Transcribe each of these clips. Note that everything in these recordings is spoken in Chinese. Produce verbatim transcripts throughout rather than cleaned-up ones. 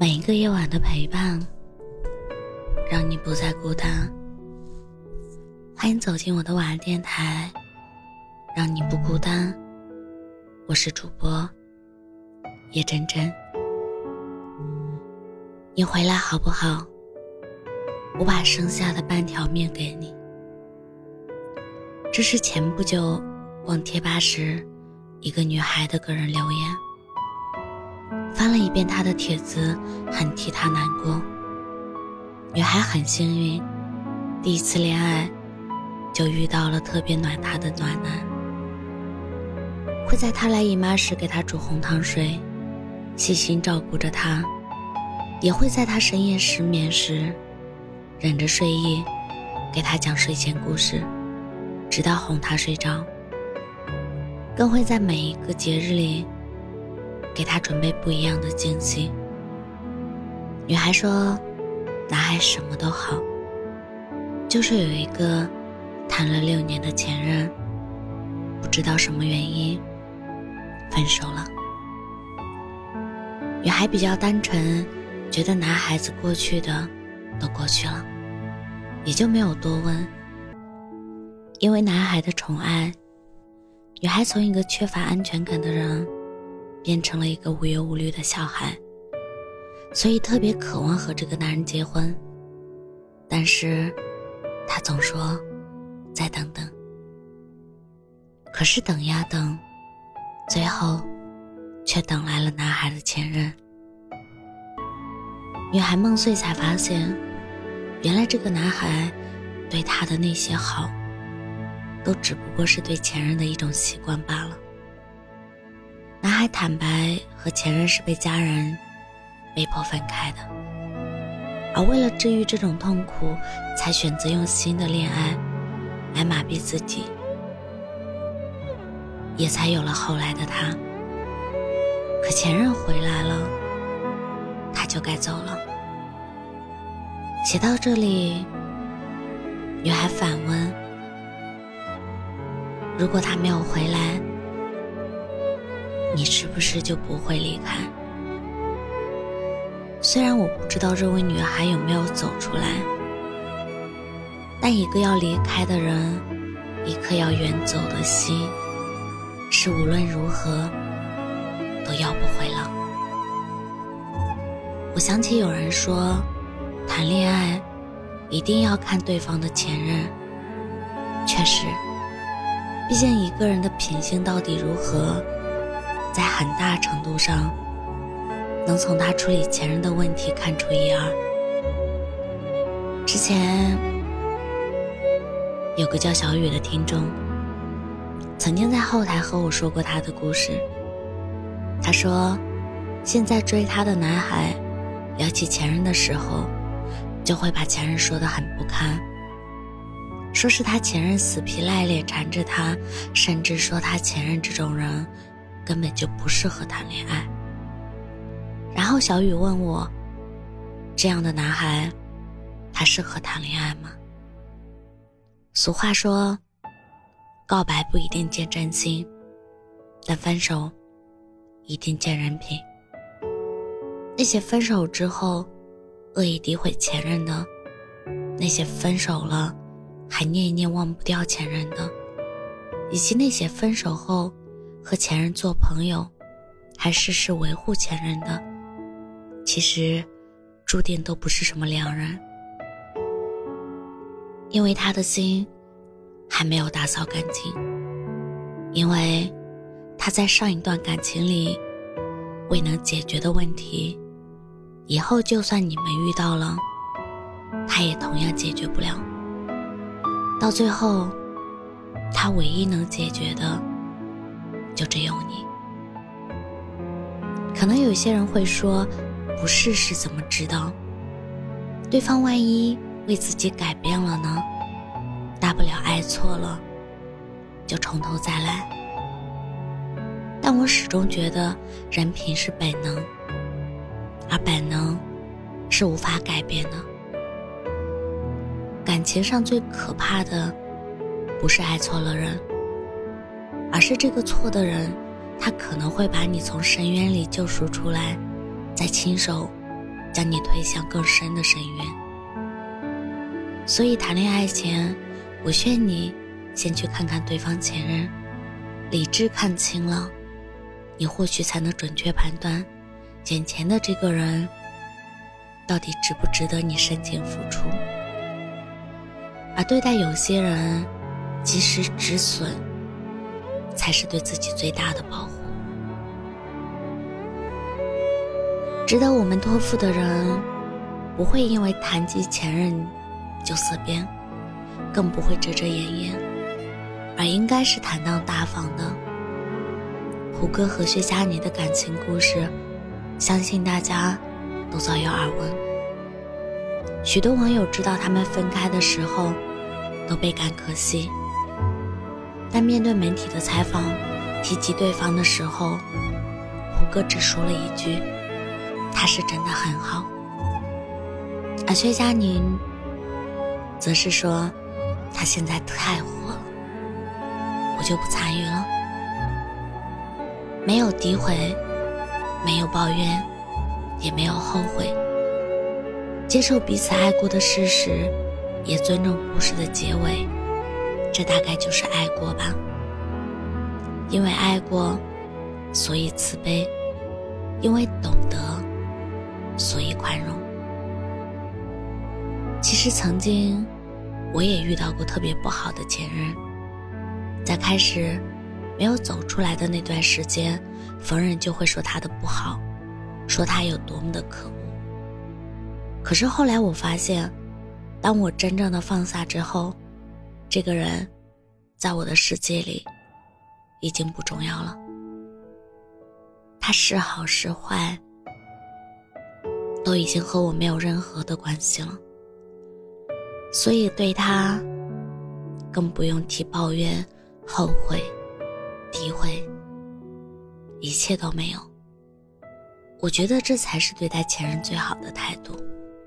每一个夜晚的陪伴，让你不再孤单。欢迎走进我的晚安电台，让你不孤单。我是主播叶真真。你回来好不好？我把剩下的半条命给你。这是前不久逛贴吧时一个女孩的个人留言，翻了一遍她的帖子，很替她难过。女孩很幸运，第一次恋爱就遇到了特别暖她的暖男，会在她来姨妈时给她煮红糖水，细心照顾着她，也会在她深夜失眠时忍着睡意给她讲睡前故事，直到哄她睡着，更会在每一个节日里给她准备不一样的惊喜。女孩说男孩什么都好，就是有一个谈了六年的前任，不知道什么原因分手了。女孩比较单纯，觉得男孩子过去的都过去了，也就没有多问。因为男孩的宠爱，女孩从一个缺乏安全感的人变成了一个无忧无虑的小孩，所以特别渴望和这个男人结婚。但是她总说再等等，可是等呀等，最后却等来了男孩的前任。女孩梦碎才发现，原来这个男孩对她的那些好都只不过是对前任的一种习惯罢了。男孩坦白和前任是被家人被迫分开的，而为了治愈这种痛苦，才选择用新的恋爱来麻痹自己，也才有了后来的他。可前任回来了，他就该走了。写到这里，女孩反问，如果他没有回来，你是不是就不会离开？虽然我不知道这位女孩有没有走出来，但一个要离开的人，一颗要远走的心，是无论如何都要不回了。我想起有人说，谈恋爱一定要看对方的前任。确实，毕竟一个人的品性到底如何，在很大程度上能从他处理前任的问题看出一二。之前有个叫小雨的听众曾经在后台和我说过他的故事。他说现在追他的男孩聊起前任的时候，就会把前任说得很不堪，说是他前任死皮赖脸缠着他，甚至说他前任这种人根本就不适合谈恋爱。然后小雨问我，这样的男孩他适合谈恋爱吗？俗话说，告白不一定见真心，但分手一定见人品。那些分手之后恶意诋毁前任的，那些分手了还念一念忘不掉前任的，以及那些分手后和前任做朋友还事事维护前任的，其实注定都不是什么良人。因为他的心还没有打扫干净，因为他在上一段感情里未能解决的问题，以后就算你们遇到了，他也同样解决不了。到最后，他唯一能解决的就只有你。可能有些人会说，不试试怎么知道？对方万一为自己改变了呢？大不了爱错了就从头再来。但我始终觉得人品是本能，而本能是无法改变的。感情上最可怕的不是爱错了人，而是这个错的人，他可能会把你从深渊里救赎出来，再亲手将你推向更深的深渊。所以谈恋爱前，我劝你先去看看对方前任，理智看清了，你或许才能准确判断眼前的这个人到底值不值得你深情付出。而对待有些人，及时止损才是对自己最大的保护。值得我们托付的人，不会因为谈及前任就色变，更不会遮遮掩掩，而应该是坦荡大方的。胡歌和薛佳妮的感情故事，相信大家都早有耳闻。许多网友知道他们分开的时候都倍感可惜，但面对媒体的采访提及对方的时候，胡歌只说了一句，他是真的很好。而薛佳凝则是说，他现在太火了，我就不参与了。没有诋毁，没有抱怨，也没有后悔，接受彼此爱过的事实，也尊重故事的结尾，这大概就是爱过吧。因为爱过，所以慈悲；因为懂得，所以宽容。其实曾经我也遇到过特别不好的前任，在开始没有走出来的那段时间，逢人就会说他的不好，说他有多么的可恶。可是后来我发现，当我真正的放下之后，这个人在我的世界里已经不重要了。他是好是坏，都已经和我没有任何的关系了。所以对他更不用提抱怨、后悔、诋毁，一切都没有。我觉得这才是对待前任最好的态度。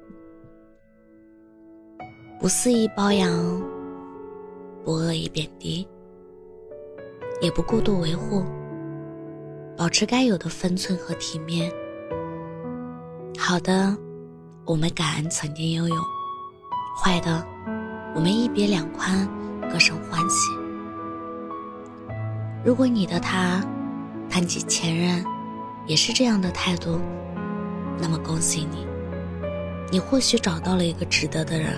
不肆意褒扬，不恶意贬低，也不过度维护，保持该有的分寸和体面。好的，我们感恩曾经拥有；坏的，我们一别两宽，各生欢喜。如果你的他谈起前任也是这样的态度，那么恭喜你，你或许找到了一个值得的人。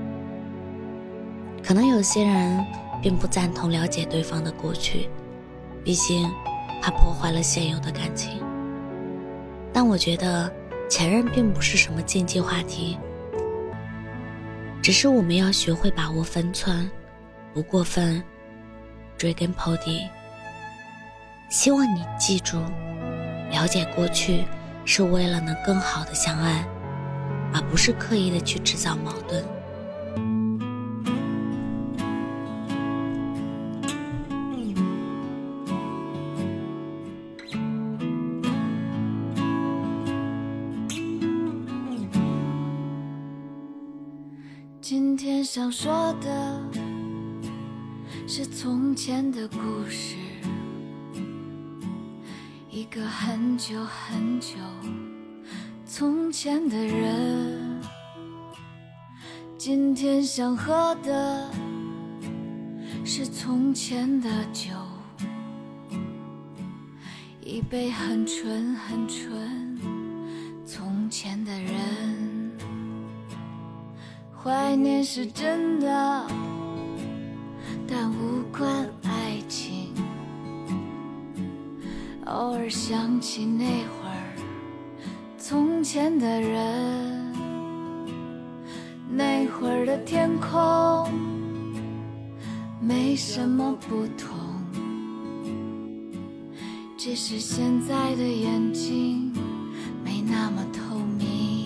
可能有些人并不赞同了解对方的过去，毕竟他破坏了现有的感情。但我觉得前任并不是什么禁忌话题，只是我们要学会把握分寸，不过分追根刨底。希望你记住，了解过去是为了能更好的相爱，而不是刻意的去制造矛盾。 今天想说的是从前的故事，一个很久很久从前的人。今天想喝的是从前的酒，一杯很纯很纯从前的人。怀念是真的，但无关爱情。偶尔想起那会儿从前的人，那会儿的天空没什么不同，只是现在的眼睛没那么透明。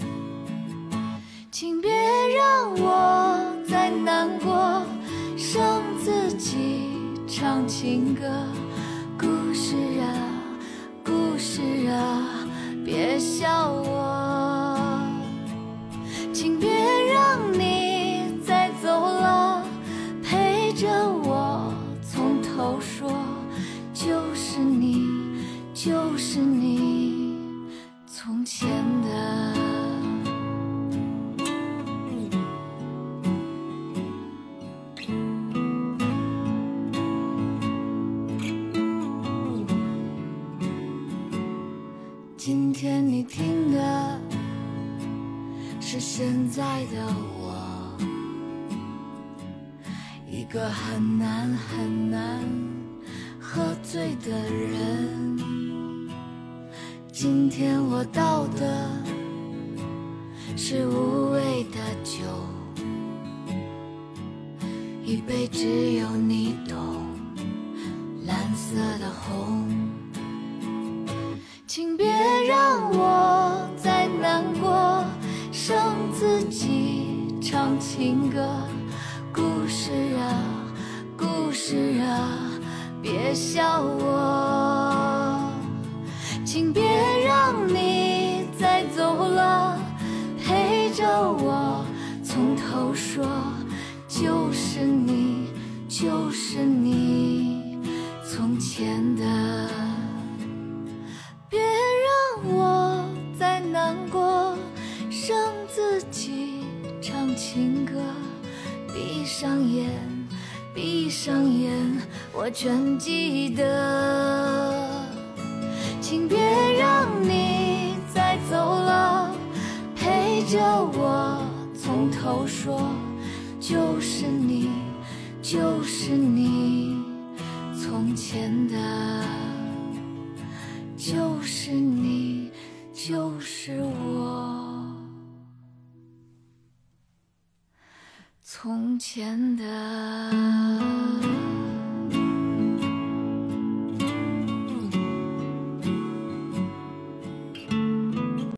请别让我再难过，剩自己唱情歌。故事啊，故事啊，别笑我。请别让你再走了，陪着我从头说，就是你，就是你，从前的今天你听的是现在的我，一个很难很难喝醉的人。今天我倒的是无味的酒，一杯只有你懂，蓝色的红。请别让我再难过，剩自己唱情歌。故事啊，故事啊，别笑我。请别让你再走了，陪着我从头说，就是你，就是你，从前的。别让我再难过，剩自己唱情歌。闭上眼，闭上眼，我全记得。请别让你再走了，陪着我从头说，就是你，就是你，从前的。就是你，就是我，从前的。